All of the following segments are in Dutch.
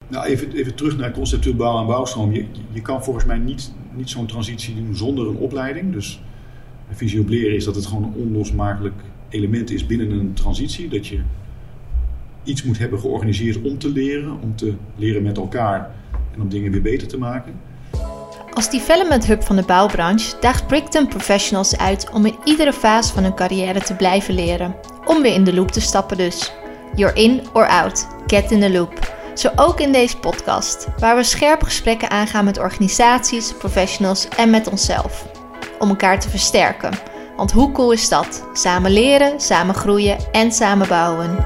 Nou, even terug naar conceptueel bouwen en bouwstroom. Je kan volgens mij niet zo'n transitie doen zonder een opleiding. Dus mijn visie op leren is dat het gewoon een onlosmakelijk element is binnen een transitie. Dat je iets moet hebben georganiseerd om te leren met elkaar en om dingen weer beter te maken. Als development hub van de bouwbranche daagt Brickton professionals uit om in iedere fase van hun carrière te blijven leren. Om weer in de loop te stappen dus. You're in or out. Get in the loop. Zo ook in deze podcast, waar we scherpe gesprekken aangaan met organisaties, professionals en met onszelf. Om elkaar te versterken. Want hoe cool is dat? Samen leren, samen groeien en samen bouwen.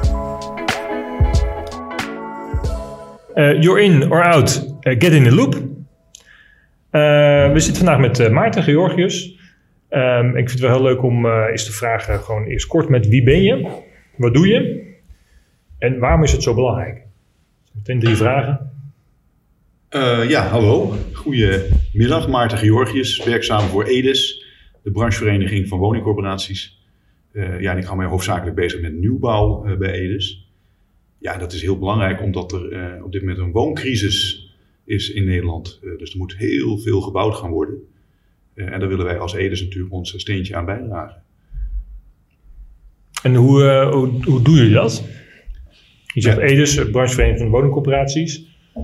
You're in or out. Get in the loop. We zitten vandaag met Maarten Georgius. Ik vind het wel heel leuk om eens te vragen, gewoon eerst kort met wie ben je? Wat doe je? En waarom is het zo belangrijk? Meteen 3 vragen. Hallo. Goedemiddag. Maarten Georgius, werkzaam voor EDES, de branchevereniging van woningcorporaties. En ik hou mij hoofdzakelijk bezig met nieuwbouw bij EDES. Ja, dat is heel belangrijk omdat er op dit moment een wooncrisis is in Nederland. Dus er moet heel veel gebouwd gaan worden. En daar willen wij als EDES natuurlijk ons steentje aan bijdragen. En hoe doe je dat? Je zegt EDES, branchevereniging van de woningcorporaties.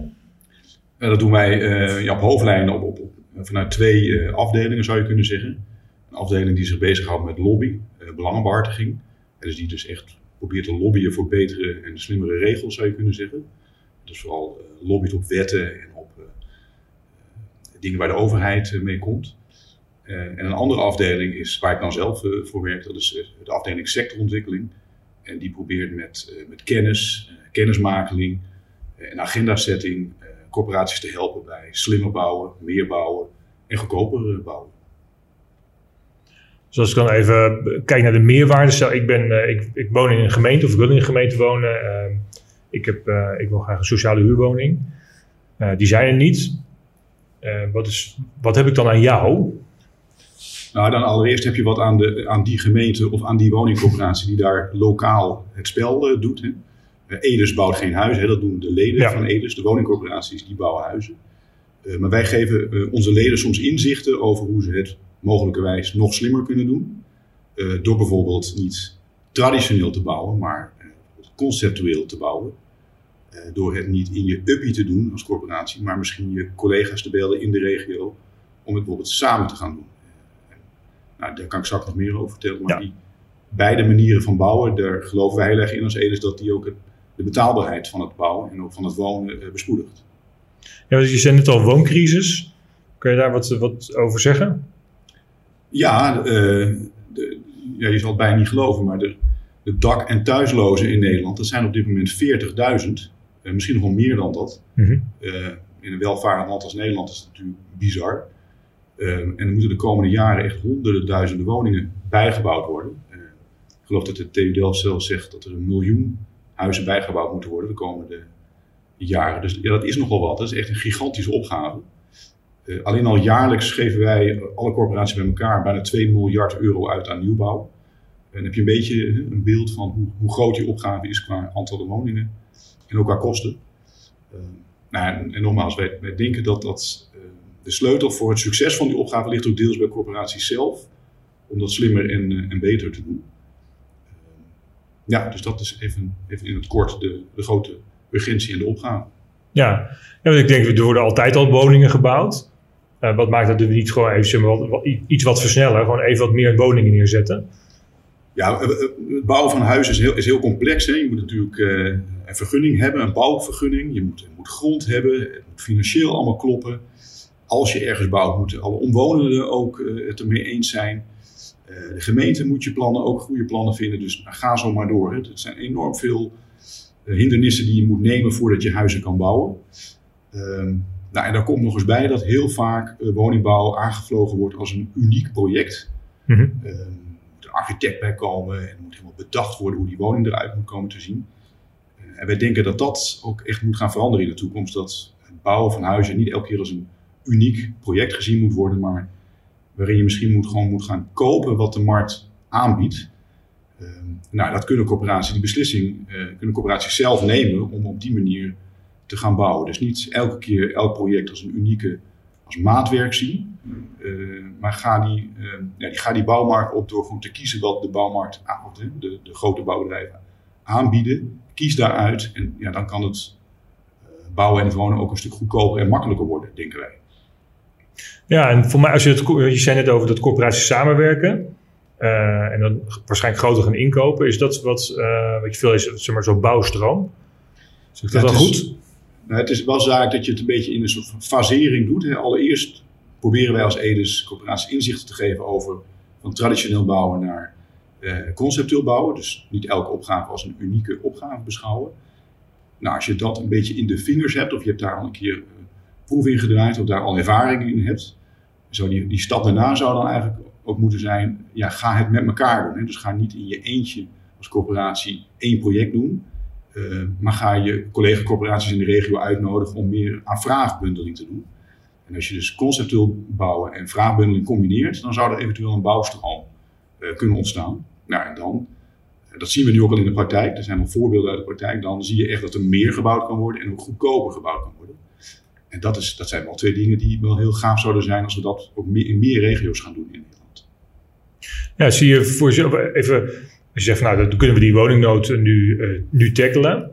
Dat doen wij op hoofdlijnen vanuit 2 afdelingen zou je kunnen zeggen. Een afdeling die zich bezighoudt met lobby, belangenbehartiging. Dus die dus echt probeert te lobbyen voor betere en slimmere regels zou je kunnen zeggen. Dus vooral lobbyt op wetten en op dingen waar de overheid mee komt. En een andere afdeling is waar ik dan zelf voor werk. Dat is de afdeling sectorontwikkeling. En die probeert met kennismakeling en agendasetting corporaties te helpen bij slimmer bouwen, meer bouwen en goedkoper bouwen. Dus als ik dan even kijk naar de meerwaarde. Stel, ik woon in een gemeente of ik wil in een gemeente wonen. Ik wil graag een sociale huurwoning. Die zijn er niet. Wat heb ik dan aan jou? Nou, dan allereerst heb je wat aan die gemeente of aan die woningcorporatie die daar lokaal het spel doet. Hè. EDES bouwt geen huizen, dat doen de leden van EDES. De woningcorporaties die bouwen huizen. Maar wij geven onze leden soms inzichten over hoe ze het mogelijkerwijs nog slimmer kunnen doen. Door bijvoorbeeld niet traditioneel te bouwen, maar conceptueel te bouwen. Door het niet in je uppie te doen als corporatie, maar misschien je collega's te bellen in de regio om het bijvoorbeeld samen te gaan doen. Daar kan ik straks nog meer over vertellen, maar die beide manieren van bouwen, daar geloven wij heel erg in als EDES dat die ook de betaalbaarheid van het bouwen en ook van het wonen bespoedigt. Ja, je zei net al wooncrisis. Kun je daar wat over zeggen? Ja, je zal het bijna niet geloven, maar de dak- en thuislozen in Nederland, dat zijn op dit moment 40.000. Misschien nog wel meer dan dat. Mm-hmm. In een welvarend land als Nederland is dat natuurlijk bizar. En er moeten de komende jaren echt honderden duizenden woningen bijgebouwd worden. Ik geloof dat de TU Delft zelf zegt dat er 1 miljoen huizen bijgebouwd moeten worden de komende jaren. Dus ja, dat is nogal wat. Dat is echt een gigantische opgave. Alleen al jaarlijks geven wij, alle corporaties bij elkaar, bijna 2 miljard euro uit aan nieuwbouw. En dan heb je een beetje een beeld van hoe groot die opgave is qua aantal woningen en ook qua kosten. En nogmaals, wij denken dat de sleutel voor het succes van die opgave ligt ook deels bij corporaties zelf, om dat slimmer en beter te doen. Dus dat is even in het kort de grote urgentie en de opgave. Ja, want ik denk, er worden altijd al woningen gebouwd. Wat maakt dat we niet gewoon even iets wat versnellen, gewoon even wat meer woningen neerzetten? Ja, het bouwen van huizen is heel complex. Hè. Je moet natuurlijk een vergunning hebben, een bouwvergunning. Je moet grond hebben, het moet financieel allemaal kloppen. Als je ergens bouwt, moeten alle omwonenden ook het ermee eens zijn. De gemeente moet je plannen, ook goede plannen vinden. Dus ga zo maar door. Hè. Er zijn enorm veel hindernissen die je moet nemen voordat je huizen kan bouwen. En daar komt nog eens bij dat heel vaak woningbouw aangevlogen wordt als een uniek project. Mm-hmm. Er moet een architect bij komen en er moet helemaal bedacht worden hoe die woning eruit moet komen te zien. En wij denken dat dat ook echt moet gaan veranderen in de toekomst. Dat het bouwen van huizen niet elke keer als een uniek project gezien moet worden, maar waarin je misschien moet gaan kopen wat de markt aanbiedt. Dat kunnen corporaties, die beslissing kunnen corporaties zelf nemen om op die manier te gaan bouwen. Dus niet elke keer elk project als maatwerk zien. Maar ga die bouwmarkt op door gewoon te kiezen wat de bouwmarkt, de grote bouwbedrijven aanbieden. Kies daaruit en dan kan het bouwen en het wonen ook een stuk goedkoper en makkelijker worden, denken wij. Ja, en voor mij, je zei net over dat corporaties samenwerken en dan waarschijnlijk groter gaan inkopen. Is dat wat je veel is, zeg maar, zo'n bouwstroom? Zeg dat wel goed? Het is wel zaak dat je het een beetje in een soort van fasering doet. Hè. Allereerst proberen wij als Edes corporaties inzichten te geven over van traditioneel bouwen naar conceptueel bouwen. Dus niet elke opgave als een unieke opgave beschouwen. Nou, als je dat een beetje in de vingers hebt, of je hebt daar al een keer proef in gedraaid, of daar al ervaring in hebt, zo die stap daarna zou dan eigenlijk ook moeten zijn, ga het met elkaar doen. Hè. Dus ga niet in je eentje als corporatie 1 project doen, maar ga je collega-corporaties in de regio uitnodigen om meer aan vraagbundeling te doen. En als je dus conceptueel bouwen en vraagbundeling combineert, dan zou er eventueel een bouwstroom kunnen ontstaan. Nou, en dan, dat zien we nu ook al in de praktijk, er zijn al voorbeelden uit de praktijk, dan zie je echt dat er meer gebouwd kan worden en ook goedkoper gebouwd kan worden. En dat zijn wel 2 dingen die wel heel gaaf zouden zijn als we dat ook in meer regio's gaan doen in Nederland. Ja, zie je voor jezelf even, als je zegt van dan kunnen we die woningnood nu tackelen.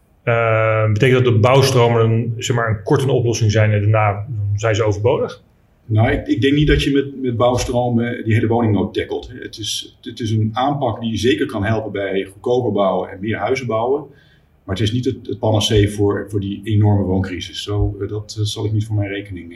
Betekent dat de bouwstromen zeg maar een korte oplossing zijn en daarna zijn ze overbodig? Nou, ik denk niet dat je met bouwstromen die hele woningnood tackelt. Het is een aanpak die zeker kan helpen bij goedkoper bouwen en meer huizen bouwen. Maar het is niet het panacee voor die enorme wooncrisis. Dat zal ik niet voor mijn rekening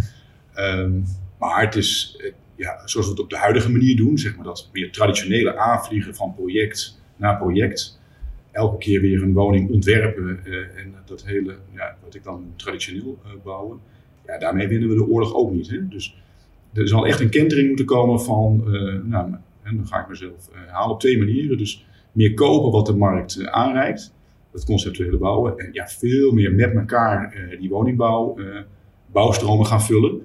nemen. Maar het is, zoals we het op de huidige manier doen, zeg maar dat meer traditionele aanvliegen van project naar project. Elke keer weer een woning ontwerpen en dat hele, wat ik dan traditioneel bouwen. Ja, daarmee winnen we de oorlog ook niet. Hè? Dus er zal echt een kentering moeten komen van, en dan ga ik mezelf halen op 2 manieren. Dus meer kopen wat de markt aanreikt. Het conceptuele bouwen en veel meer met elkaar die bouwstromen gaan vullen.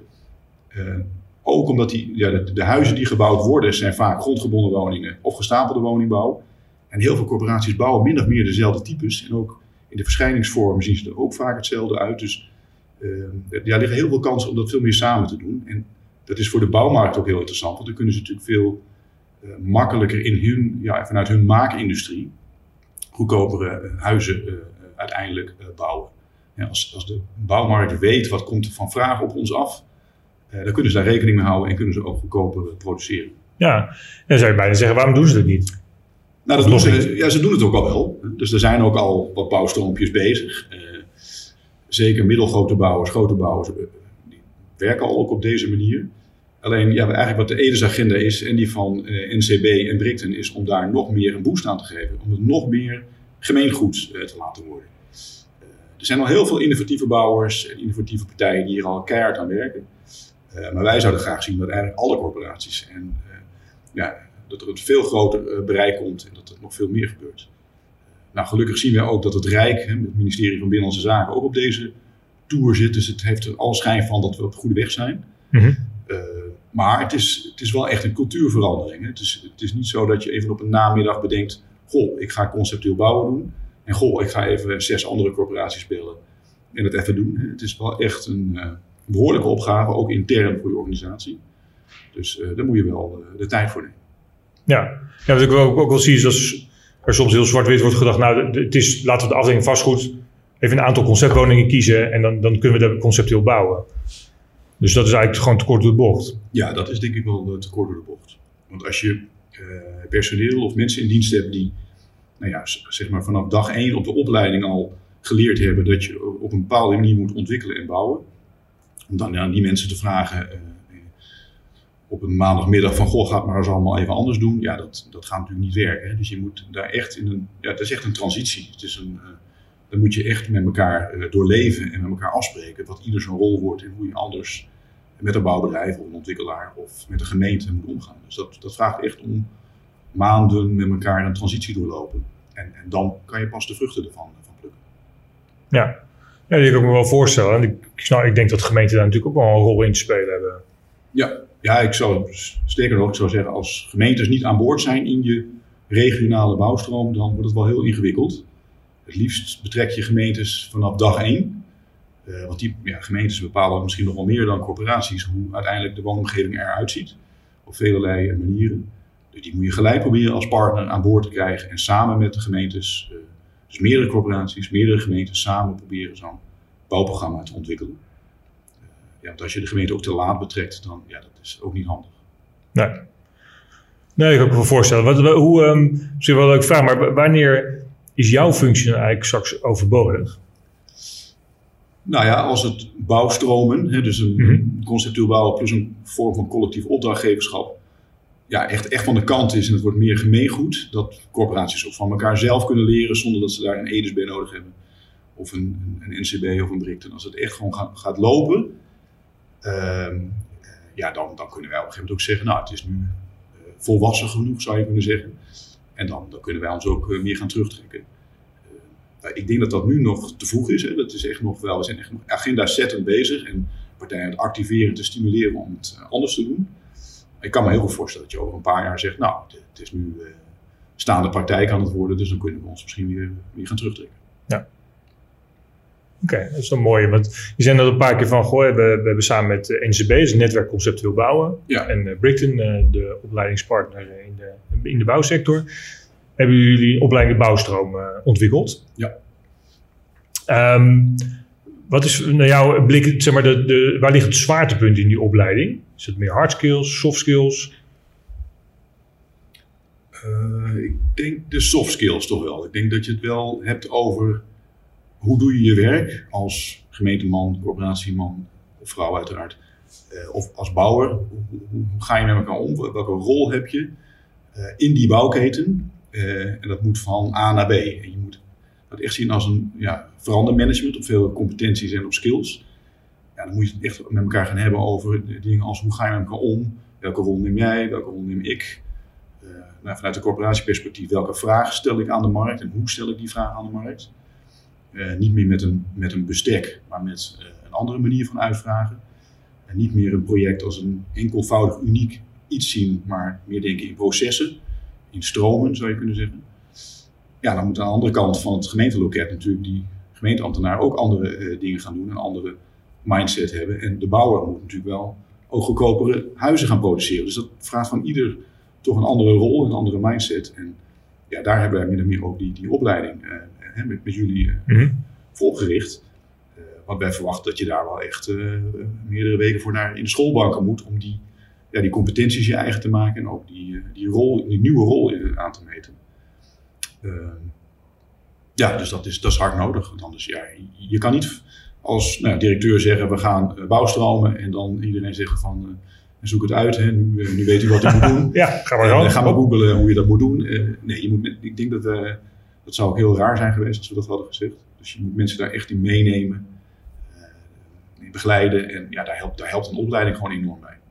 Ook omdat de huizen die gebouwd worden zijn vaak grondgebonden woningen of gestapelde woningbouw. En heel veel corporaties bouwen min of meer dezelfde types. En ook in de verschijningsvormen zien ze er ook vaak hetzelfde uit. Dus er liggen heel veel kansen om dat veel meer samen te doen. En dat is voor de bouwmarkt ook heel interessant. Want dan kunnen ze natuurlijk veel makkelijker vanuit hun maakindustrie goedkopere huizen uiteindelijk bouwen. Ja, als de bouwmarkt weet wat komt er van vraag op ons af, dan kunnen ze daar rekening mee houden en kunnen ze ook goedkoper produceren. Ja, dan zou je bijna zeggen, waarom doen ze dat niet? Nou, ze doen het ook al wel. Dus er zijn ook al wat bouwstroompjes bezig. Zeker middelgrote bouwers, grote bouwers, die werken al ook op deze manier. Alleen eigenlijk wat de Edes-agenda is en die van NCB en Bricten is om daar nog meer een boost aan te geven. Om het nog meer gemeengoed te laten worden. Er zijn al heel veel innovatieve bouwers en innovatieve partijen die hier al keihard aan werken. Maar wij zouden graag zien dat eigenlijk alle corporaties dat er een veel groter bereik komt en dat er nog veel meer gebeurt. Nou, gelukkig zien we ook dat het Rijk, het ministerie van Binnenlandse Zaken, ook op deze tour zit. Dus het heeft er alle schijn van dat we op de goede weg zijn. Mm-hmm. Maar het is wel echt een cultuurverandering. Hè. Het is niet zo dat je even op een namiddag bedenkt, ik ga conceptueel bouwen doen. En ik ga even 6 andere corporaties bellen en het even doen. Het is wel echt een behoorlijke opgave, ook intern voor je organisatie. Dus daar moet je wel de tijd voor nemen. Ja, wat ik ook wel zie is als er soms heel zwart-wit wordt gedacht, laten we de afdeling vastgoed even een aantal conceptwoningen kiezen en dan kunnen we dat conceptueel bouwen. Dus dat is eigenlijk gewoon te kort door de bocht. Ja, dat is denk ik wel te kort door de bocht. Want als je personeel of mensen in dienst hebt die zeg maar vanaf dag 1 op de opleiding al geleerd hebben dat je op een bepaalde manier moet ontwikkelen en bouwen. Om dan aan die mensen te vragen op een maandagmiddag van ga het maar eens allemaal even anders doen. Ja, dat gaat natuurlijk niet werken. Hè. Dus je moet daar echt het is echt een transitie. Het is dan moet je echt met elkaar doorleven en met elkaar afspreken wat ieder zijn rol wordt en hoe je anders met een bouwbedrijf of een ontwikkelaar of met een gemeente moet omgaan. Dus dat vraagt echt om maanden met elkaar een transitie doorlopen. En dan kan je pas de vruchten ervan plukken. Ja, die kan ik me wel voorstellen. En ik denk dat gemeenten daar natuurlijk ook wel een rol in te spelen hebben. Ja, ik zou zeggen, als gemeentes niet aan boord zijn in je regionale bouwstroom, dan wordt het wel heel ingewikkeld. Het liefst betrek je gemeentes vanaf dag 1. Want gemeentes bepalen misschien nog wel meer dan corporaties hoe uiteindelijk de woonomgeving eruit ziet. Op velelei manieren. Dus die moet je gelijk proberen als partner aan boord te krijgen. En samen met de gemeentes, dus meerdere corporaties, meerdere gemeentes samen proberen zo'n bouwprogramma te ontwikkelen. Want als je de gemeente ook te laat betrekt, dan dat is ook niet handig. Nee, ik kan me wel voorstellen. Misschien wel een leuke vraag, maar wanneer is jouw functie nou eigenlijk straks overbodig? Nou ja, als het bouwstromen, dus een conceptueel bouwen plus een vorm van collectief opdrachtgeverschap, echt van de kant is en het wordt meer gemeengoed, dat corporaties ook van elkaar zelf kunnen leren zonder dat ze daar een EDIS bij nodig hebben. Of een NCB of een Bricten. Als het echt gewoon gaat lopen, dan kunnen wij op een gegeven moment ook zeggen, nou, het is nu volwassen genoeg, zou je kunnen zeggen. En dan kunnen wij ons ook meer gaan terugtrekken. Ik denk dat dat nu nog te vroeg is. Hè. Dat is echt nog wel, we zijn echt nog agenda-settend bezig en partijen aan het activeren, te stimuleren om het anders te doen. Ik kan me heel goed voorstellen dat je over een paar jaar zegt, nou, het is nu staande praktijk aan het worden, dus dan kunnen we ons misschien weer gaan terugtrekken. Ja. Oké, dat is dan mooi. Want je zei net een paar keer van, we hebben samen met NCB, dus Netwerk Conceptueel Bouwen, en Bricten, de opleidingspartner in de bouwsector, hebben jullie opleiding de bouwstroom ontwikkeld. Ja. Wat is naar jouw blik, zeg maar, waar ligt het zwaartepunt in die opleiding? Is het meer hard skills, soft skills? Ik denk de soft skills toch wel. Ik denk dat je het wel hebt over hoe doe je je werk als gemeenteman, corporatieman of vrouw uiteraard. Of als bouwer. Hoe ga je met elkaar om? Welke rol heb je in die bouwketen? En dat moet van A naar B. En je moet dat echt zien als een verandermanagement op veel competenties en op skills. Dan moet je het echt met elkaar gaan hebben over dingen als hoe ga je met elkaar om? Welke rol neem jij? Welke rol neem ik? Vanuit de corporatieperspectief, welke vragen stel ik aan de markt en hoe stel ik die vragen aan de markt? Niet meer met een bestek, maar met een andere manier van uitvragen. En niet meer een project als een enkelvoudig uniek iets zien, maar meer denken in processen, in stromen zou je kunnen zeggen. Dan moet aan de andere kant van het gemeenteloket natuurlijk die gemeenteambtenaar ook andere dingen gaan doen, een andere mindset hebben. En de bouwer moet natuurlijk wel ook goedkopere huizen gaan produceren. Dus dat vraagt van ieder toch een andere rol, een andere mindset. En daar hebben wij min of meer ook die opleiding met jullie voor opgericht. Want wij verwachten dat je daar wel echt meerdere weken voor naar in de schoolbanken moet om die competenties je eigen te maken en ook die nieuwe rol aan te meten. Dus dat is hard nodig. Want anders, je kan niet als directeur zeggen we gaan bouwstromen en dan iedereen zeggen van zoek het uit. Hè. Nu weet u wat u moet doen. Ga maar googlen hoe je dat moet doen. Nee, ik denk dat zou ook heel raar zijn geweest als we dat hadden gezegd. Dus je moet mensen daar echt in meenemen, in begeleiden. En daar helpt een opleiding gewoon enorm bij.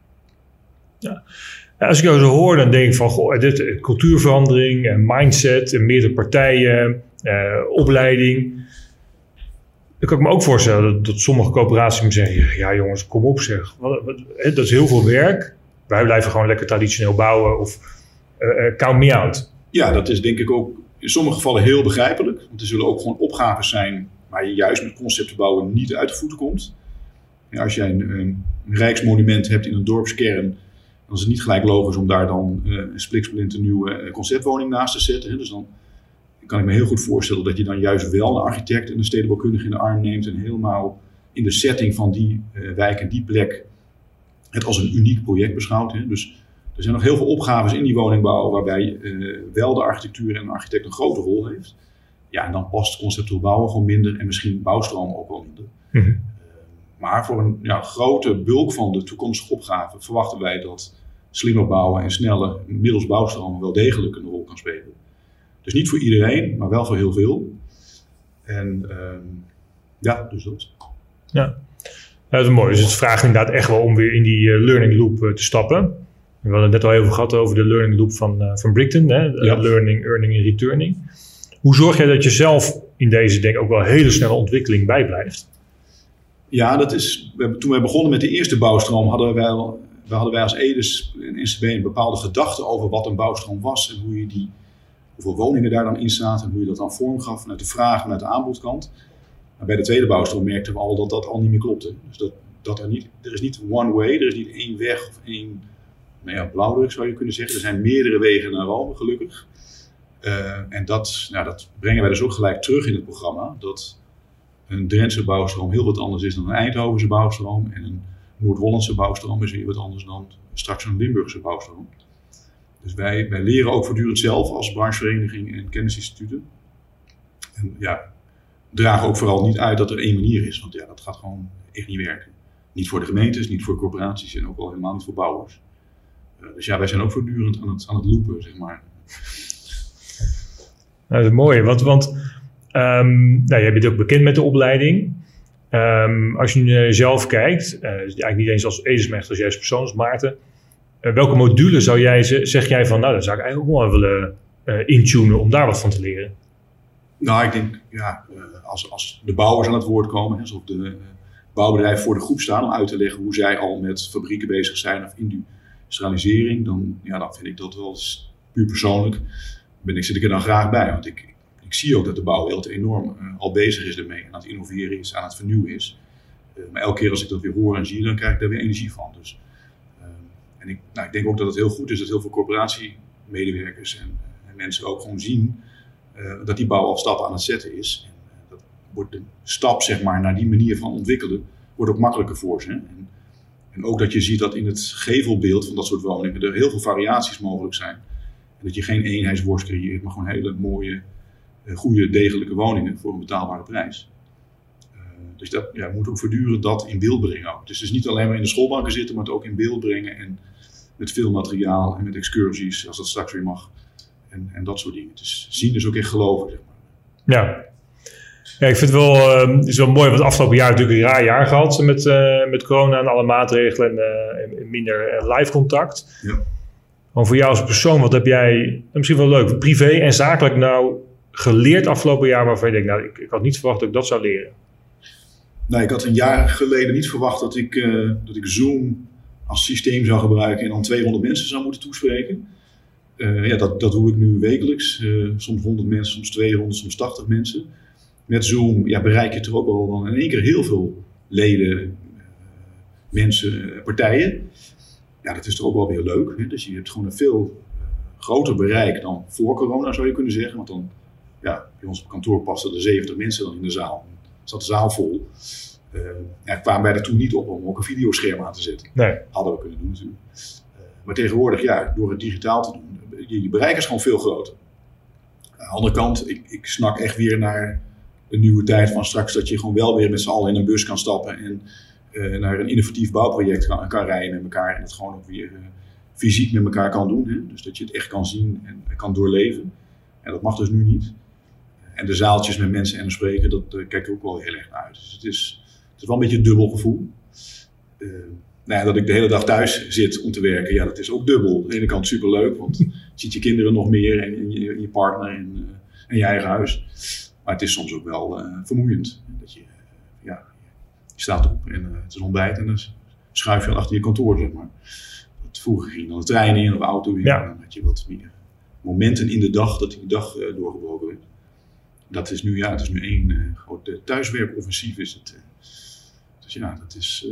Ja. Als ik jou zo hoor, dan denk ik van dit cultuurverandering, mindset, meerdere partijen, opleiding. Dan kan ik me ook voorstellen dat sommige coöperaties me zeggen, ja jongens, kom op zeg. Dat is heel veel werk. Wij blijven gewoon lekker traditioneel bouwen of count me out. Ja, dat is denk ik ook in sommige gevallen heel begrijpelijk. Want er zullen ook gewoon opgaven zijn waar je juist met concepten bouwen niet uit de voeten komt. Als jij een rijksmonument hebt in een dorpskern, dan is het niet gelijk logisch om daar dan een spliksplinter nieuwe conceptwoning naast te zetten. Hè. Dus dan kan ik me heel goed voorstellen dat je dan juist wel een architect en een stedenbouwkundige in de arm neemt en helemaal in de setting van die wijk en die plek het als een uniek project beschouwt. Hè. Dus er zijn nog heel veel opgaves in die woningbouw waarbij wel de architectuur en de architect een grote rol heeft. En dan past conceptueel bouwen gewoon minder en misschien bouwstromen ook wel minder. Mm-hmm. Maar voor een grote bulk van de toekomstige opgaven verwachten wij dat slimmer bouwen en sneller middels bouwstromen wel degelijk een rol kan spelen. Dus niet voor iedereen, maar wel voor heel veel. En dus dat. Ja, dat is mooi. Dus het vraagt inderdaad echt wel om weer in die learning loop te stappen. We hadden het net al even gehad over de learning loop van Bricten. Learning, earning en returning. Hoe zorg jij dat je zelf in deze denk ik ook wel hele snelle ontwikkeling bijblijft? Ja, toen wij begonnen met de eerste bouwstroom hadden wij als EDIS en NCB een bepaalde gedachte over wat een bouwstroom was en hoe hoeveel woningen daar dan in zaten en hoe je dat dan vorm gaf vanuit de vraag, vanuit de aanbodkant. Maar bij de tweede bouwstroom merkten we al dat al niet meer klopte. Dus er is niet one way, er is niet één weg of één blauwdruk zou je kunnen zeggen. Er zijn meerdere wegen naar Rome, gelukkig. En dat brengen wij dus ook gelijk terug in het programma. Dat een Drentse bouwstroom heel wat anders is dan een Eindhovense bouwstroom. En een Noord-Hollandse bouwstroom is weer wat anders dan straks een Limburgse bouwstroom. Dus wij leren ook voortdurend zelf als branchevereniging en kennisinstituten. En dragen ook vooral niet uit dat er één manier is. Want dat gaat gewoon echt niet werken. Niet voor de gemeentes, niet voor corporaties en ook al helemaal niet voor bouwers. Dus wij zijn ook voortdurend aan het loopen, zeg maar. Nou, dat is mooi, want jij bent ook bekend met de opleiding. Als je nu zelf kijkt, eigenlijk niet eens als edelsmeester, als jij als persoon, als Maarten. Welke module zeg jij van, daar zou ik eigenlijk ook wel willen intunen om daar wat van te leren? Nou, ik denk, als de bouwers aan het woord komen, alsof de bouwbedrijven voor de groep staan om uit te leggen hoe zij al met fabrieken bezig zijn of industrialisering, dan vind ik dat wel puur persoonlijk. Zit ik er dan graag bij, want ik zie ook dat de bouwwereld enorm al bezig is ermee en aan het innoveren is, aan het vernieuwen is. Maar elke keer als ik dat weer hoor en zie, dan krijg ik daar weer energie van. Dus, ik denk ook dat het heel goed is dat heel veel corporatiemedewerkers en mensen ook gewoon zien dat die bouw al stappen aan het zetten is. En, dat wordt de stap zeg maar, naar die manier van ontwikkelen wordt ook makkelijker voor ze. En ook dat je ziet dat in het gevelbeeld van dat soort woningen er heel veel variaties mogelijk zijn. En dat je geen eenheidsworst creëert, maar gewoon hele mooie, goede, degelijke woningen voor een betaalbare prijs. Dus we moeten ook voortdurend dat in beeld brengen ook. Dus het is niet alleen maar in de schoolbanken zitten, maar het ook in beeld brengen. En met veel materiaal en met excursies, als dat straks weer mag. En dat soort dingen. Dus zien is ook echt geloven, zeg maar. Ja, ik vind het is wel mooi, want het afgelopen jaar natuurlijk een raar jaar gehad met corona en alle maatregelen en minder live contact. Ja. Maar voor jou als persoon, wat heb jij, misschien wel leuk, privé en zakelijk nou geleerd afgelopen jaar waarvan je denkt, ik had niet verwacht dat ik dat zou leren? Nou, ik had een jaar geleden niet verwacht dat ik Zoom als systeem zou gebruiken en dan 200 mensen zou moeten toespreken. Dat doe ik nu wekelijks. Soms 100 mensen, soms 200, soms 80 mensen. Met Zoom bereik je toch ook wel dan in één keer heel veel leden, mensen, partijen. Ja, dat is toch ook wel weer leuk. Hè? Dus je hebt gewoon een veel groter bereik dan voor corona, zou je kunnen zeggen. Want dan, bij ons op kantoor pasten er 70 mensen dan in de zaal. Zat de zaal vol. Kwamen wij er toen niet op om ook een videoscherm aan te zetten. Nee. Hadden we kunnen doen natuurlijk. Maar tegenwoordig, door het digitaal te doen, je bereik is gewoon veel groter. Aan de andere kant, ik snak echt weer naar de nieuwe tijd van straks dat je gewoon wel weer met z'n allen in een bus kan stappen en naar een innovatief bouwproject kan rijden met elkaar en het gewoon ook weer fysiek met elkaar kan doen. Hè? Dus dat je het echt kan zien en kan doorleven. En dat mag dus nu niet. En de zaaltjes met mensen en spreken, dat kijk ik ook wel heel erg naar uit. Dus het is wel een beetje een dubbel gevoel. Dat ik de hele dag thuis zit om te werken, dat is ook dubbel. Aan de ene kant superleuk, want je ziet je kinderen nog meer en je partner en je eigen huis. Maar het is soms ook wel vermoeiend. Dat je staat op en het is ontbijt en dan schuif je achter je kantoor, zeg maar. Vroeger ging dan de trein in of de auto in. En dan had je wat meer momenten in de dag dat die dag doorgebroken werd. Dat is nu, het is nu één groot thuiswerkoffensief is het. Dus dat is,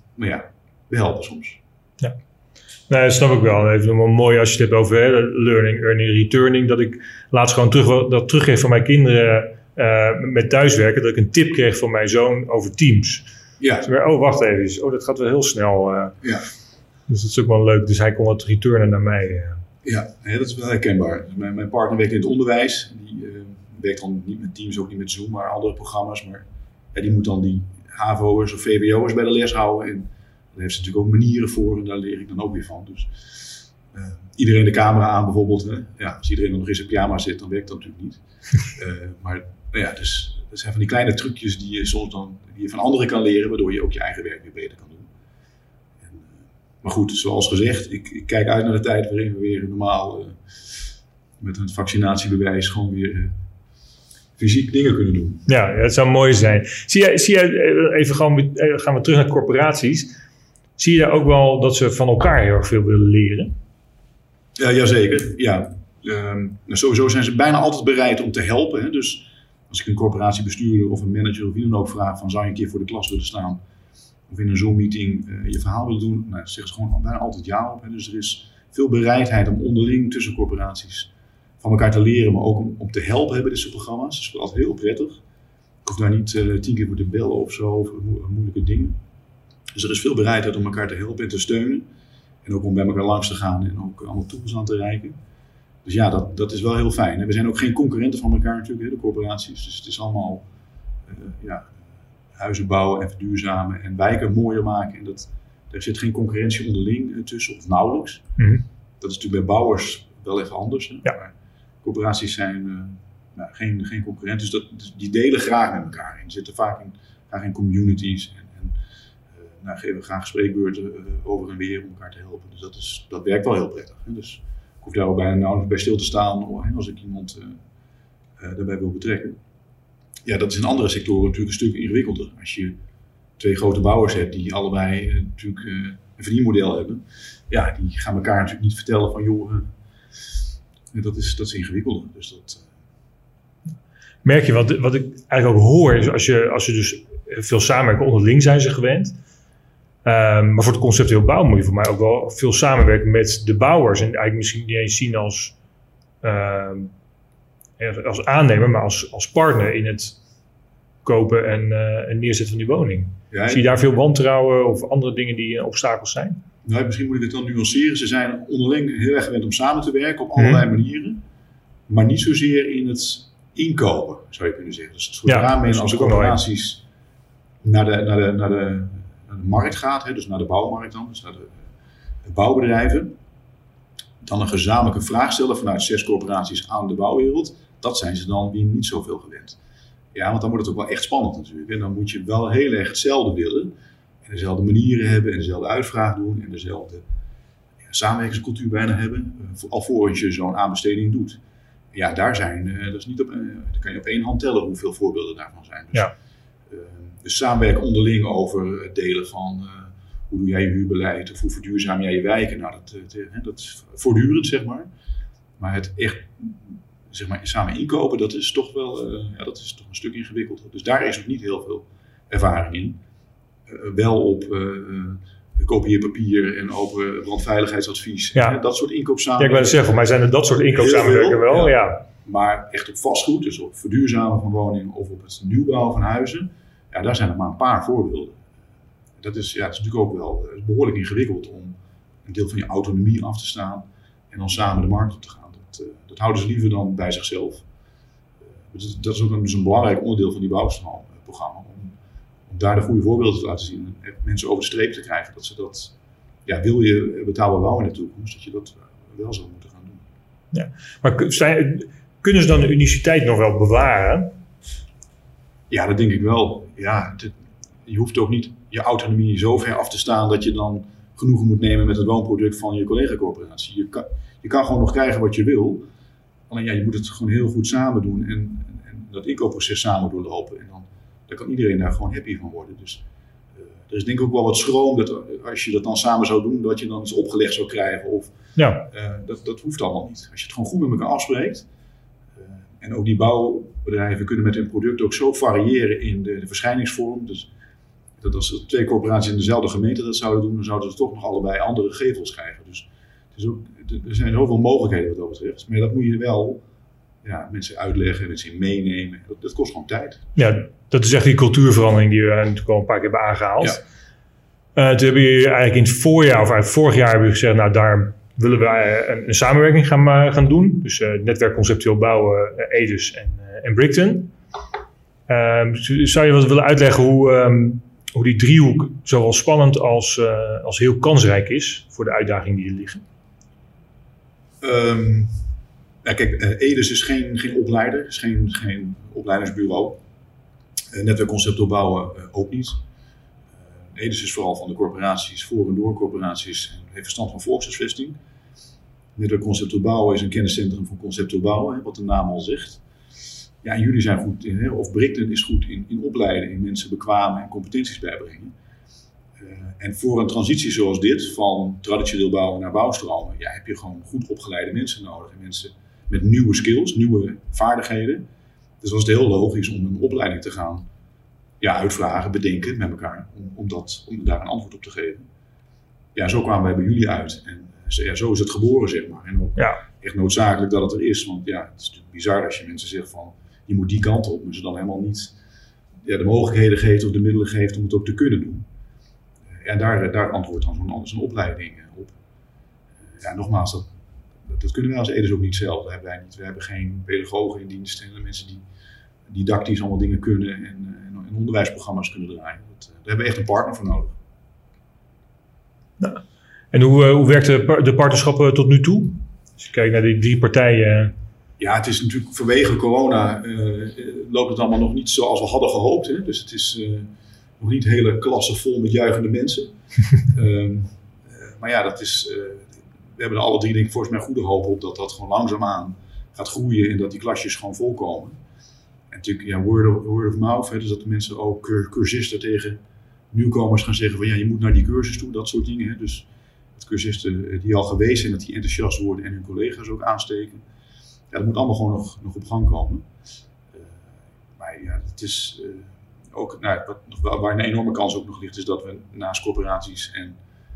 we helpen soms. Ja. Nee, dat snap ik wel. Even nog wel mooi als je het hebt over learning, earning, returning. Dat ik laatst gewoon teruggeef van mijn kinderen met thuiswerken. Dat ik een tip kreeg van mijn zoon over Teams. Ja. Wacht even. Dat gaat wel heel snel. Dus dat is ook wel leuk. Dus hij kon wat returnen naar mij. Ja, dat is wel herkenbaar. Mijn partner werkt in het onderwijs. Die werkt dan niet met Teams, ook niet met Zoom, maar andere programma's. Maar die moet dan die HAVO'ers of VWO'ers bij de les houden. En daar heeft ze natuurlijk ook manieren voor en daar leer ik dan ook weer van. Dus iedereen de camera aan bijvoorbeeld. Als iedereen dan nog eens in pyjama zit, dan werkt dat natuurlijk niet. Dus dat zijn van die kleine trucjes die je soms dan die je van anderen kan leren, waardoor je ook je eigen werk weer beter kan doen. Maar goed, zoals gezegd, ik kijk uit naar de tijd waarin we weer normaal met een vaccinatiebewijs gewoon weer fysiek dingen kunnen doen. Ja, dat zou mooi zijn. Zie jij even gaan we terug naar corporaties. Zie je daar ook wel dat ze van elkaar heel erg veel willen leren? Jazeker, ja. Sowieso zijn ze bijna altijd bereid om te helpen. Hè? Dus als ik een corporatiebestuurder of een manager of wie dan ook vraag van zou je een keer voor de klas willen staan of in een Zoom-meeting je verhaal willen doen, nou, zeggen ze gewoon bijna altijd ja op. Hè? Dus er is veel bereidheid om onderling tussen corporaties van elkaar te leren, maar ook om te helpen hebben dit soort programma's. Dat is altijd heel prettig. Ik hoef daar niet 10 keer voor te bellen of zo over moeilijke dingen. Dus er is veel bereidheid om elkaar te helpen en te steunen. En ook om bij elkaar langs te gaan en ook allemaal tools aan te reiken. Dus ja, dat is wel heel fijn. We zijn ook geen concurrenten van elkaar natuurlijk, de corporaties. Dus het is allemaal huizen bouwen en verduurzamen en wijken mooier maken. En er zit geen concurrentie onderling tussen, of nauwelijks. Mm-hmm. Dat is natuurlijk bij bouwers wel even anders. Hè? Ja. Maar corporaties zijn geen concurrent. Dus die delen graag met elkaar. En zitten vaak in communities. En geven graag spreekbeurten over en weer om elkaar te helpen. Dus dat werkt wel heel prettig. Hè? Dus ik hoef daar ook bijna nauwelijks bij stil te staan als ik iemand daarbij wil betrekken. Ja, dat is in andere sectoren natuurlijk een stuk ingewikkelder. Als je 2 grote bouwers hebt die allebei natuurlijk een verdienmodel hebben. Ja, die gaan elkaar natuurlijk niet vertellen van joh, dat is ingewikkelder. Dus dat... Merk je, wat ik eigenlijk ook hoor, is als je dus veel samenwerken onderling zijn ze gewend. Maar voor het conceptueel bouwen moet je voor mij ook wel veel samenwerken met de bouwers. En eigenlijk misschien niet eens zien als aannemer, maar als partner in het kopen en neerzetten van die woning. Ja, zie je daar veel wantrouwen of andere dingen die obstakels zijn? Nou, misschien moet ik het dan nuanceren. Ze zijn onderling heel erg gewend om samen te werken op allerlei manieren. Maar niet zozeer in het inkopen, zou je kunnen zeggen. Dus zodra men als corporaties naar de markt gaat, hè, dus naar de bouwmarkt dan, dus naar de bouwbedrijven, dan een gezamenlijke vraag stellen vanuit 6 corporaties aan de bouwwereld, dat zijn ze dan weer niet zoveel gewend. Ja, want dan wordt het ook wel echt spannend natuurlijk. En dan moet je wel heel erg hetzelfde willen en dezelfde manieren hebben en dezelfde uitvraag doen en dezelfde samenwerkingscultuur bijna hebben, alvorens je zo'n aanbesteding doet. Ja, daar kan je op 1 hand tellen hoeveel voorbeelden daarvan zijn. Dus, dus samenwerken onderling over het delen van hoe doe jij je huurbeleid of hoe verduurzaam jij je wijken. Nou, dat is voortdurend, zeg maar. Maar het echt samen inkopen, dat is toch wel een stuk ingewikkelder. Dus daar is nog niet heel veel ervaring in. Wel op kopieerpapier en open brandveiligheidsadvies. Ja. Dat soort inkooppsamenwerking. Ja, ik wil het zeggen, maar zijn er dat soort inkooppsamenwerking wel? Ja. Maar echt op vastgoed, dus op verduurzamen van woningen of op het nieuwbouw van huizen, ja, daar zijn er maar een paar voorbeelden. Het is natuurlijk ook wel behoorlijk ingewikkeld om een deel van je autonomie af te staan en dan samen de markt op te gaan. Dat houden ze liever dan bij zichzelf. Dat is ook een belangrijk onderdeel van die bouwprogramma. Om daar de goede voorbeelden te laten zien en mensen over de streep te krijgen. Dat ze dat, wil je betaalbaar bouwen in de toekomst, dat je dat wel zou moeten gaan doen. Ja. Maar kunnen ze dan de uniciteit nog wel bewaren? Ja, dat denk ik wel. Ja, je hoeft ook niet je autonomie zo ver af te staan dat je dan genoegen moet nemen met het woonproduct van je collega-corporatie. Je kan gewoon nog krijgen wat je wil. Alleen je moet het gewoon heel goed samen doen en dat inkoopproces samen doorlopen. En dan kan iedereen daar gewoon happy van worden. Dus er is denk ik ook wel wat schroom dat als je dat dan samen zou doen, dat je dan iets opgelegd zou krijgen. Of, dat hoeft allemaal niet. Als je het gewoon goed met elkaar afspreekt. En ook die bouwbedrijven kunnen met hun product ook zo variëren in de verschijningsvorm. Dus dat als er 2 corporaties in dezelfde gemeente dat zouden doen, dan zouden ze toch nog allebei andere gevels krijgen. Dus er zijn zoveel mogelijkheden wat dat betreft. Maar dat moet je wel mensen uitleggen en mensen meenemen. Dat kost gewoon tijd. Ja, dat is echt die cultuurverandering die we natuurlijk al een paar keer hebben aangehaald. Ja. Toen hebben jullie eigenlijk in het voorjaar, of eigenlijk vorig jaar hebben we gezegd, nou daar willen we een samenwerking gaan doen. Dus netwerk conceptueel bouwen, Edus en Brickton. Zou je wat willen uitleggen hoe die driehoek zowel spannend als heel kansrijk is voor de uitdagingen die er liggen? Kijk, Edus is geen opleider, is geen opleidingsbureau. Netwerk conceptueel bouwen ook niet. Edus is vooral van de corporaties, voor en door corporaties, en heeft verstand van volkshuisvesting. Netwerk conceptueel bouwen is een kenniscentrum van conceptueel bouwen, wat de naam al zegt. Ja, en jullie zijn goed in, of Brickton is goed in opleiden, in mensen bekwamen en competenties bijbrengen. En voor een transitie zoals dit, van traditioneel bouwen naar bouwstromen, heb je gewoon goed opgeleide mensen nodig. En mensen met nieuwe skills, nieuwe vaardigheden. Dus was het heel logisch om een opleiding te gaan uitvragen, bedenken met elkaar, om daar een antwoord op te geven. Ja, zo kwamen wij bij jullie uit. En zo is het geboren, zeg maar. En ook echt noodzakelijk dat het er is. Want het is natuurlijk bizar als je mensen zegt van, je moet die kant op, maar ze dan helemaal niet de mogelijkheden geeft of de middelen geeft om het ook te kunnen doen. En daar antwoordt dan zo'n opleiding op. Nogmaals, dat kunnen wij als Edes ook niet zelf. Dat hebben wij niet. We hebben geen pedagogen in dienst en mensen die didactisch allemaal dingen kunnen en onderwijsprogramma's kunnen draaien. Daar hebben we echt een partner voor nodig. Nou, en hoe werkt de partnerschap tot nu toe? Als je kijkt naar die 3 partijen. Ja, het is natuurlijk vanwege corona loopt het allemaal nog niet zoals we hadden gehoopt. Hè? Dus het is nog niet hele klasse vol met juichende mensen. Maar dat is... we hebben er alle 3 denk ik volgens mij goede hoop op dat gewoon langzaamaan gaat groeien en dat die klasjes gewoon volkomen. En natuurlijk word of mouth, dus dat de mensen ook cursisten tegen nieuwkomers gaan zeggen van je moet naar die cursus toe, dat soort dingen. Hè. Dus dat cursisten die al geweest zijn, dat die enthousiast worden en hun collega's ook aansteken. Ja, dat moet allemaal gewoon nog op gang komen. Maar het is ook, waar een enorme kans ook nog ligt, is dat we naast corporaties en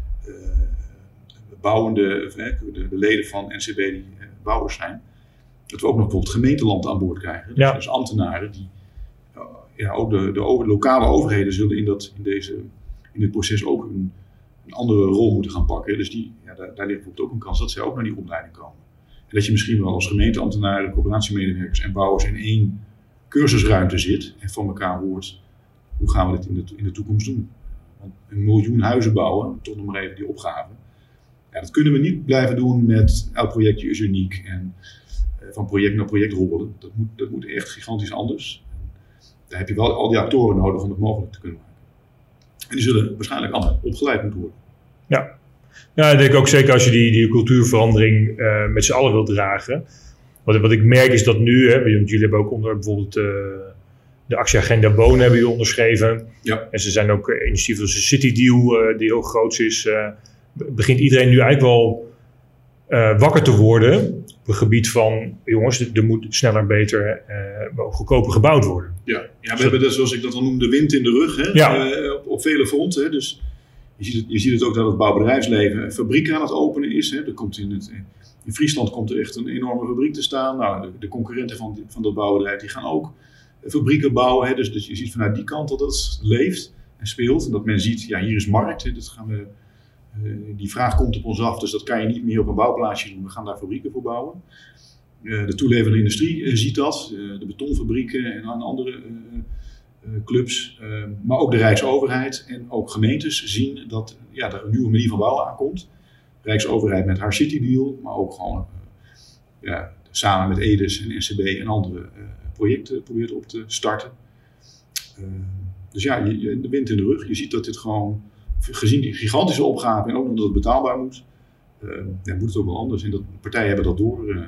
bouwende, de leden van NCB die bouwers zijn, dat we ook nog bijvoorbeeld gemeenteland aan boord krijgen. Dus ambtenaren die ook de lokale overheden zullen in dit proces ook een andere rol moeten gaan pakken. Dus daar ligt bijvoorbeeld ook een kans dat zij ook naar die opleiding komen. En dat je misschien wel als gemeenteambtenaren, coöperatiemedewerkers en bouwers in 1 cursusruimte zit en van elkaar hoort, hoe gaan we dit in de toekomst doen? Want 1 miljoen huizen bouwen, toch nog maar even die opgave. Dat kunnen we niet blijven doen met elk projectje is uniek en van project naar project rollen. Dat moet echt gigantisch anders. Daar heb je wel al die actoren nodig om het mogelijk te kunnen maken. En die zullen waarschijnlijk allemaal opgeleid moeten worden. Ja, ik denk ook zeker als je die cultuurverandering met z'n allen wilt dragen. Wat ik merk is dat nu, jullie hebben ook onder bijvoorbeeld de actieagenda Wonen hebben jullie onderschreven. Ja. En ze zijn ook initiatieven als de City Deal die heel groot is. Begint iedereen nu eigenlijk wel wakker te worden op het gebied van, jongens, er moet sneller, beter, goedkoper gebouwd worden. Ja, we hebben dus, zoals ik dat al noemde, wind in de rug op vele fronten. Hè. Dus je ziet het ook dat het bouwbedrijfsleven fabrieken aan het openen is. Hè. Er komt in Friesland komt er echt een enorme fabriek te staan. Nou, de concurrenten van dat bouwbedrijf die gaan ook fabrieken bouwen. Hè. Dus je ziet vanuit die kant dat het leeft en speelt. En dat men ziet, hier is markt. Hè. Dat gaan we... die vraag komt op ons af, dus dat kan je niet meer op een bouwplaatsje doen. We gaan daar fabrieken voor bouwen. De toeleverende industrie ziet dat. De betonfabrieken en andere clubs. Maar ook de Rijksoverheid en ook gemeentes zien dat er een nieuwe manier van bouwen aankomt. De Rijksoverheid met haar City Deal, maar ook gewoon samen met Edes en NCB en andere projecten probeert op te starten. Dus de wind in de rug. Je ziet dat dit gewoon, gezien die gigantische opgave en ook nog dat het betaalbaar moet, moet het ook wel anders. En de partijen hebben dat door.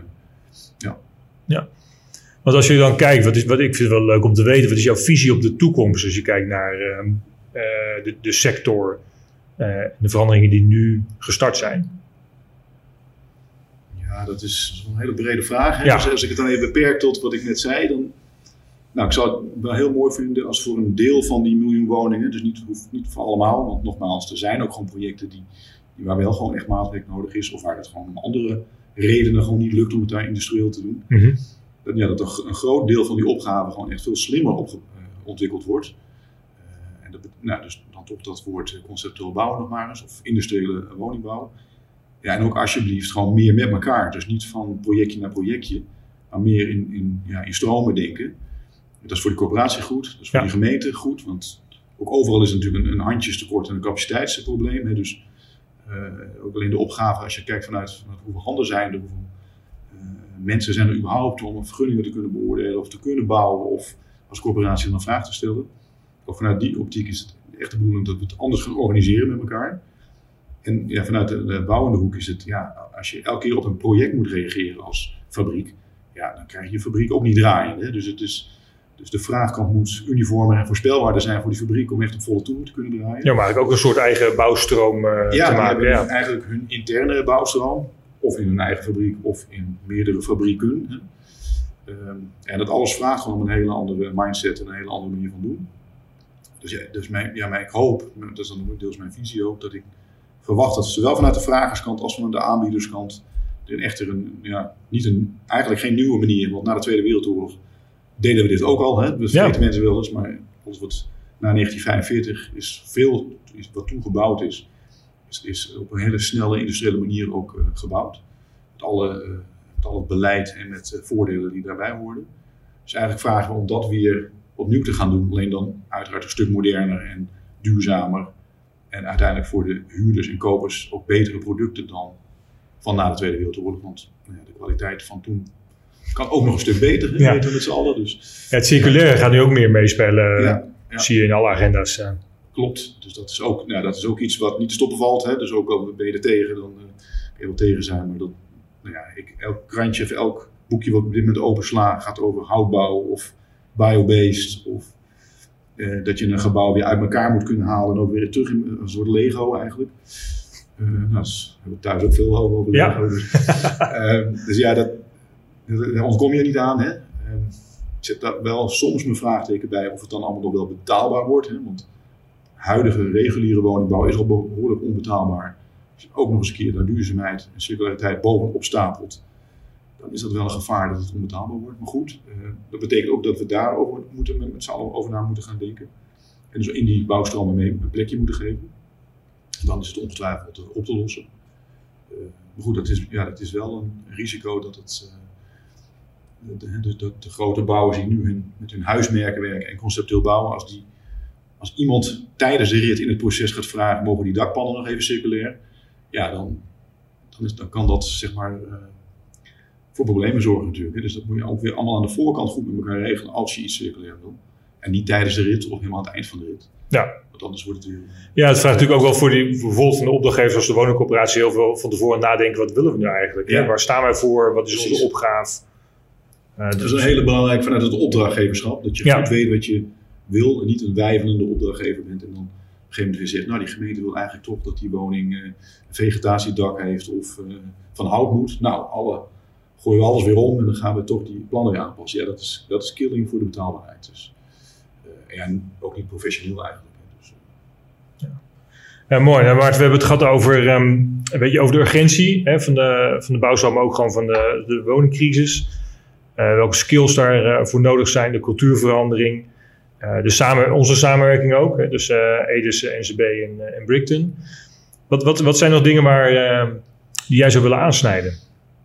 Ja. Want als je dan kijkt, wat ik vind het wel leuk om te weten, wat is jouw visie op de toekomst als je kijkt naar de sector en de veranderingen die nu gestart zijn? Ja, dat is een hele brede vraag. Ja. Dus als ik het dan even beperk tot wat ik net zei, dan... Nou, ik zou het wel heel mooi vinden als voor een deel van die miljoen woningen, dus niet voor allemaal, want nogmaals, er zijn ook gewoon projecten waar wel gewoon echt maatwerk nodig is, of waar het gewoon om andere redenen gewoon niet lukt om het daar industrieel te doen. Mm-hmm. Dat een groot deel van die opgave gewoon echt veel slimmer ontwikkeld wordt. Dus dan toch dat woord conceptueel bouwen nog maar eens, of industriële woningbouw. Ja, en ook alsjeblieft gewoon meer met elkaar. Dus niet van projectje naar projectje, maar meer in stromen denken. Dat is voor de corporatie goed, dat is voor die gemeente goed, want ook overal is natuurlijk een handjestekort en een capaciteitsprobleem. Hè. Dus ook alleen de opgave, als je kijkt vanuit hoeveel handen zijn er, hoeveel mensen zijn er überhaupt om vergunningen te kunnen beoordelen of te kunnen bouwen of als corporatie dan een vraag te stellen. Ook vanuit die optiek is het echt de bedoeling dat we het anders gaan organiseren met elkaar. En vanuit de bouwende hoek is het, als je elke keer op een project moet reageren als fabriek, dan krijg je je fabriek ook niet draaien. Hè. Dus de vraagkant moet uniformer en voorspelbaarder zijn voor die fabriek om echt op volle toeren te kunnen draaien. Ja, maar ook een soort eigen bouwstroom te maken. Hebben eigenlijk hun interne bouwstroom. of in hun eigen fabriek of in meerdere fabrieken. Hè. En dat alles vraagt gewoon om een hele andere mindset en een hele andere manier van doen. Dus ik hoop, dat is dan deels mijn visie ook, dat ik verwacht dat zowel vanuit de vragerskant als vanuit de aanbiederskant eigenlijk geen nieuwe manier, want na de Tweede Wereldoorlog deden we dit ook al. Hè? Dat weten mensen wel eens, maar alles wat na 1945 is wat toen gebouwd is op een hele snelle industriële manier ook gebouwd. Met al het beleid en met voordelen die daarbij hoorden. Dus eigenlijk vragen we om dat weer opnieuw te gaan doen. Alleen dan uiteraard een stuk moderner en duurzamer. En uiteindelijk voor de huurders en kopers ook betere producten dan van na de Tweede Wereldoorlog. Want de kwaliteit van toen kan ook nog een stuk beter, weten we met z'n allen. Dus, het circulaire gaat nu ook meer meespelen, zie je in alle agenda's. Klopt, dus dat is ook iets wat niet te stoppen valt. Hè? Dus ook al ben je er tegen, dan kun je wel tegen zijn. Maar elk krantje of elk boekje wat ik op dit moment opensla gaat over houtbouw of biobased. Of dat je een gebouw weer uit elkaar moet kunnen halen en ook weer terug in een soort Lego eigenlijk. Daar hebben we thuis ook veel over Lego. Dus daar ontkom je niet aan. Hè? Ik zet daar wel soms mijn vraagteken bij of het dan allemaal nog wel betaalbaar wordt. Hè? Want huidige reguliere woningbouw is al behoorlijk onbetaalbaar. Als je ook nog eens een keer daar duurzaamheid en circulariteit bovenop stapelt, dan is dat wel een gevaar dat het onbetaalbaar wordt. Maar goed, dat betekent ook dat we daarover met z'n allen over na moeten gaan denken. En dus in die bouwstromen mee een plekje moeten geven. Dan is het ongetwijfeld op te lossen. Maar goed, dat is wel een risico dat de grote bouwers die nu met hun huismerken werken en conceptueel bouwen, als iemand tijdens de rit in het proces gaat vragen, mogen die dakpannen nog even circulair? Ja, dan kan dat zeg maar voor problemen zorgen natuurlijk. Hè. Dus dat moet je ook weer allemaal aan de voorkant goed met elkaar regelen als je iets circulair wil. En niet tijdens de rit of helemaal aan het eind van de rit. Ja. Want anders wordt het weer... Ja, het vraagt natuurlijk ook wel voor bijvoorbeeld van de opdrachtgevers als de woningcorporatie heel veel van tevoren nadenken. Wat willen we nu eigenlijk? Ja. Waar staan wij voor? Wat is onze opgave? Dat is een hele belangrijke vanuit het opdrachtgeverschap. Dat je goed weet wat je wil en niet een weifelende opdrachtgever bent. En dan op een gegeven moment weer zegt, nou die gemeente wil eigenlijk toch dat die woning een vegetatiedak heeft of van hout moet. Nou, gooien we alles weer om en dan gaan we toch die plannen weer aanpassen. Ja, dat is killing voor de betaalbaarheid. Dus, en ook niet professioneel eigenlijk. Dus, Ja, mooi. Nou, Maarten, we hebben het gehad over, over de urgentie van de bouwstroom, maar ook gewoon van de woningcrisis. Welke skills daarvoor nodig zijn, de cultuurverandering. Onze samenwerking ook, dus Edes, NCB en Brickton. Wat zijn nog dingen die jij zou willen aansnijden?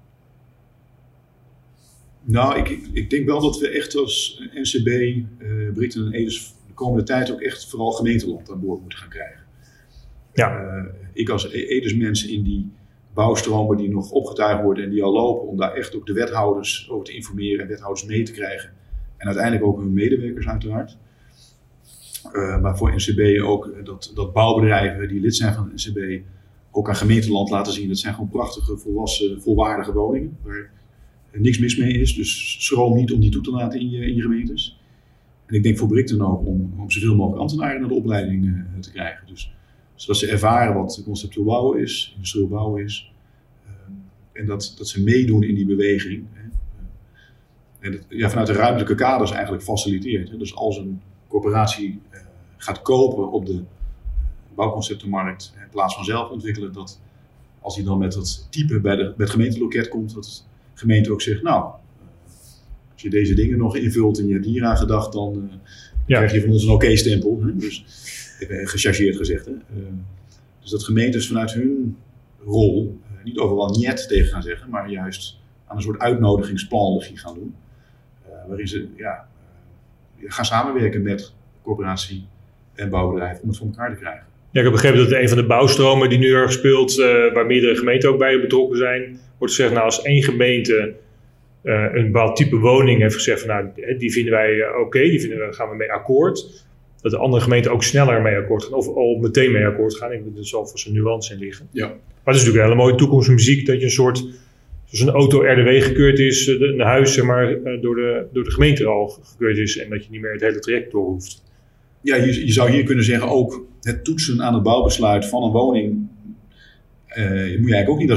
Nou, ik denk wel dat we echt als NCB, Brickton en Edes de komende tijd ook echt vooral gemeenteland aan boord moeten gaan krijgen. Ja. Ik als Edes mensen in die bouwstromen die nog opgetuigd worden en die al lopen, om daar echt ook de wethouders over te informeren en wethouders mee te krijgen. En uiteindelijk ook hun medewerkers uiteraard. Maar voor NCB ook dat bouwbedrijven die lid zijn van de NCB ook aan gemeenteland laten zien. Dat zijn gewoon prachtige, volwassen, volwaardige woningen waar niks mis mee is. Dus schroom niet om die toe te laten in je gemeentes. En ik denk voor Brickton ook om zoveel mogelijk ambtenaren naar de opleiding te krijgen. Dus zodat ze ervaren wat conceptueel bouwen is, industrieel bouwen is. En dat ze meedoen in die beweging. En dat vanuit de ruimtelijke kaders eigenlijk faciliteert. Dus als een corporatie gaat kopen op de bouwconceptenmarkt in plaats van zelf ontwikkelen, dat als hij dan met dat type bij het gemeenteloket komt, dat de gemeente ook zegt, nou, als je deze dingen nog invult en je hebt hier aan gedacht, dan krijg je van ons een oké-stempel. Dus even gechargeerd gezegd. Hè. Dus dat gemeentes vanuit hun rol niet overal niet tegen gaan zeggen, maar juist aan een soort uitnodigingsplanlogie gaan doen. Waarin ze gaan samenwerken met corporatie en bouwbedrijf om het voor elkaar te krijgen. Ja, ik heb begrepen dat een van de bouwstromen die nu erg speelt, waar meerdere gemeenten ook bij betrokken zijn, wordt gezegd, nou, als één gemeente een bepaald type woning heeft gezegd van, nou, die vinden wij daar gaan we mee akkoord. Dat de andere gemeenten ook sneller mee akkoord gaan of al meteen mee akkoord gaan. Ik denk dat er zal vast een nuance in liggen. Ja. Maar het is natuurlijk een hele mooie toekomstmuziek dat je een soort, zoals een auto RDW gekeurd is, een huis zeg maar, door de gemeente al gekeurd is en dat je niet meer het hele traject door hoeft. Ja, je zou hier kunnen zeggen ook het toetsen aan het bouwbesluit van een woning moet je eigenlijk ook niet als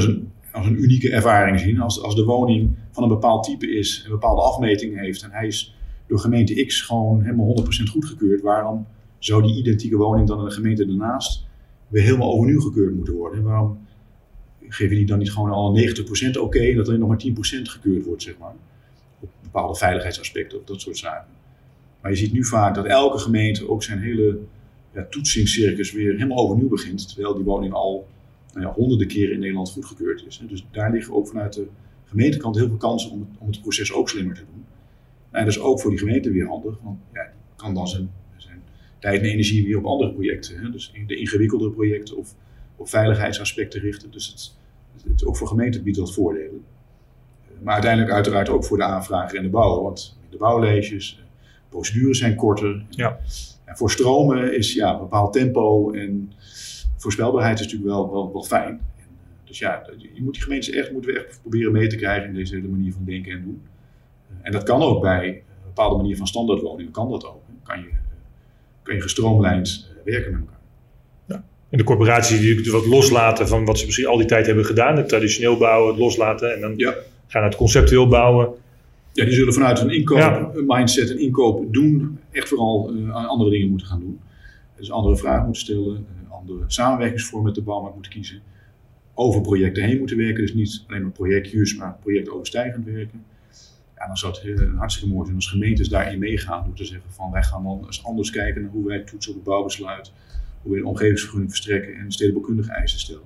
als een unieke ervaring zien. Als de woning van een bepaald type is, een bepaalde afmeting heeft en hij is door gemeente X gewoon helemaal 100% goedgekeurd, waarom zou die identieke woning dan in de gemeente daarnaast weer helemaal overnieuw gekeurd moeten worden? En waarom geef je die dan niet gewoon al 90% oké en dat alleen nog maar 10% gekeurd wordt, zeg maar? Op bepaalde veiligheidsaspecten of dat soort zaken. Maar je ziet nu vaak dat elke gemeente ook zijn hele toetsingscircus weer helemaal overnieuw begint, terwijl die woning al honderden keren in Nederland goedgekeurd is. Dus daar liggen ook vanuit de gemeentekant heel veel kansen om het proces ook slimmer te doen. En dat is ook voor die gemeente weer handig, want die kan dan zijn tijd en energie weer op andere projecten. Dus de ingewikkeldere projecten of op veiligheidsaspecten richten. Dus het ook voor gemeenten biedt dat voordelen. Maar uiteindelijk uiteraard ook voor de aanvrager en de bouwer, want de bouwleesjes, procedures zijn korter. Ja. En voor stromen is een bepaald tempo en voorspelbaarheid is natuurlijk wel fijn. Dus je moet die gemeentes echt proberen mee te krijgen in deze hele manier van denken en doen. En dat kan ook bij een bepaalde manier van standaardwoningen, kan dat ook. Kan je gestroomlijnd werken met elkaar. Ja. En de corporaties die wat loslaten van wat ze misschien al die tijd hebben gedaan, het traditioneel bouwen, het loslaten en dan gaan naar het conceptueel bouwen. Ja, die zullen vanuit een mindset en inkoop doen, echt vooral aan andere dingen moeten gaan doen. Dus andere vragen moeten stellen, andere samenwerkingsvormen met de bouwmarkt moeten kiezen. Over projecten heen moeten werken, dus niet alleen maar projectjes, maar projectoverstijgend werken. Ja, dan zou het hartstikke mooi zijn als gemeentes daarin meegaan door te zeggen van wij gaan dan eens anders kijken naar hoe wij toetsen op het bouwbesluit, hoe wij de omgevingsvergunning verstrekken en stedenbouwkundige eisen stellen.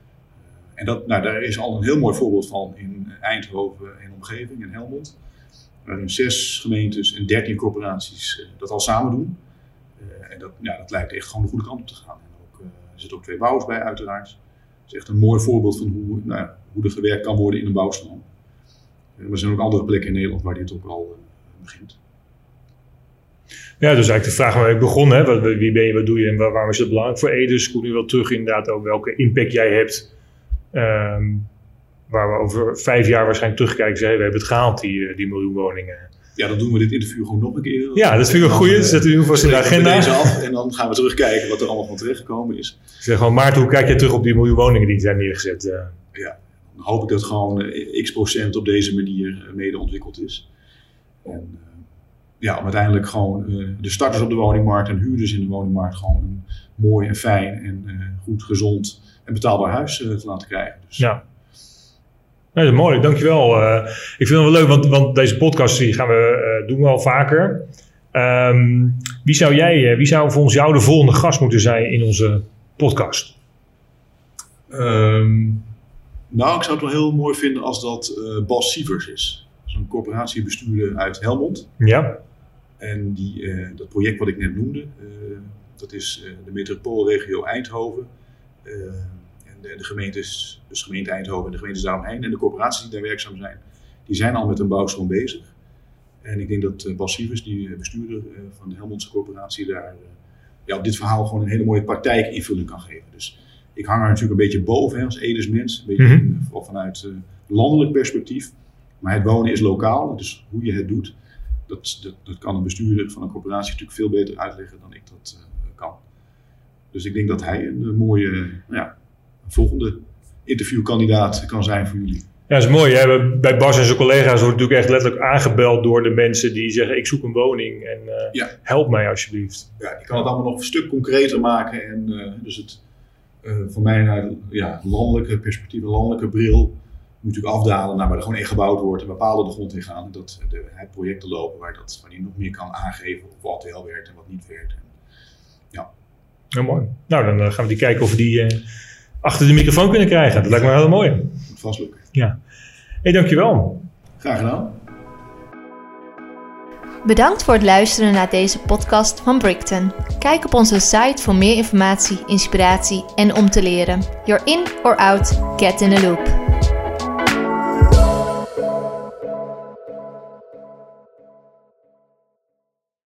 En daar is al een heel mooi voorbeeld van in Eindhoven en omgeving, in Helmond, waarin 6 gemeentes en 13 corporaties dat al samen doen. En dat lijkt echt gewoon de goede kant op te gaan. En er zitten ook 2 bouwers bij uiteraard. Het is echt een mooi voorbeeld van hoe er gewerkt kan worden in een bouwstroom. Maar er zijn ook andere plekken in Nederland waar dit ook al begint. Ja, dus eigenlijk de vraag waar ik begon, hè, wie ben je, wat doe je en waarom is het belangrijk voor Edes? Komt nu wel terug inderdaad over welke impact jij hebt. Waar we over 5 jaar waarschijnlijk terugkijken en zeggen, we hebben het gehaald, die miljoen woningen. Ja, dan doen we dit interview gewoon nog een keer. Ja, dat vind ik een goeie. Dat zetten we in ieder geval in de agenda. Deze af en dan gaan we terugkijken wat er allemaal van terechtgekomen is. Ik zeg gewoon, Maarten, hoe kijk je terug op die miljoen woningen die zijn neergezet? Ja, dan hoop ik dat gewoon x% op deze manier mede ontwikkeld is. En om uiteindelijk gewoon de starters op de woningmarkt en huurders in de woningmarkt gewoon een mooi en fijn en goed, gezond en betaalbaar huis te laten krijgen. Dus, ja. Nee, dat is mooi, dankjewel. Ik vind het wel leuk, want deze podcast die doen we al vaker. Wie zou volgens jou de volgende gast moeten zijn in onze podcast? Ik zou het wel heel mooi vinden als dat Bas Sievers is. Dat is een corporatiebestuurder uit Helmond. Ja. En dat project wat ik net noemde, dat is de metropoolregio Eindhoven. De gemeentes, dus gemeente Eindhoven en de gemeentes daaromheen en de corporaties die daar werkzaam zijn, die zijn al met een bouwstroom bezig. En ik denk dat Bas Sievers, die bestuurder van de Helmondse corporatie, daar op dit verhaal gewoon een hele mooie praktijkinvulling kan geven. Dus ik hang er natuurlijk een beetje boven als Edesmens, een beetje vooral vanuit landelijk perspectief. Maar het wonen is lokaal, dus hoe je het doet, dat kan een bestuurder van een corporatie natuurlijk veel beter uitleggen dan ik dat kan. Dus ik denk dat hij een mooie volgende interviewkandidaat kan zijn voor jullie. Ja, dat is mooi. Hè? Bij Bas en zijn collega's wordt natuurlijk echt letterlijk aangebeld door de mensen die zeggen, ik zoek een woning en help mij alsjeblieft. Ja, ik kan het allemaal nog een stuk concreter maken en dus het voor mij naar landelijke perspectief, een landelijke bril moet natuurlijk afdalen naar waar er gewoon echt gebouwd wordt en waar palen de grond in gaan en dat het projecten lopen waar die nog meer kan aangeven wat wel werkt en wat niet werkt. Ja, mooi. Nou, dan gaan we kijken of we die achter de microfoon kunnen krijgen. Dat lijkt me heel mooi. Moet vast lukken. Ja. Hey, dankjewel. Graag gedaan. Bedankt voor het luisteren naar deze podcast van Brickton. Kijk op onze site voor meer informatie, inspiratie en om te leren. You're in or out, get in the loop.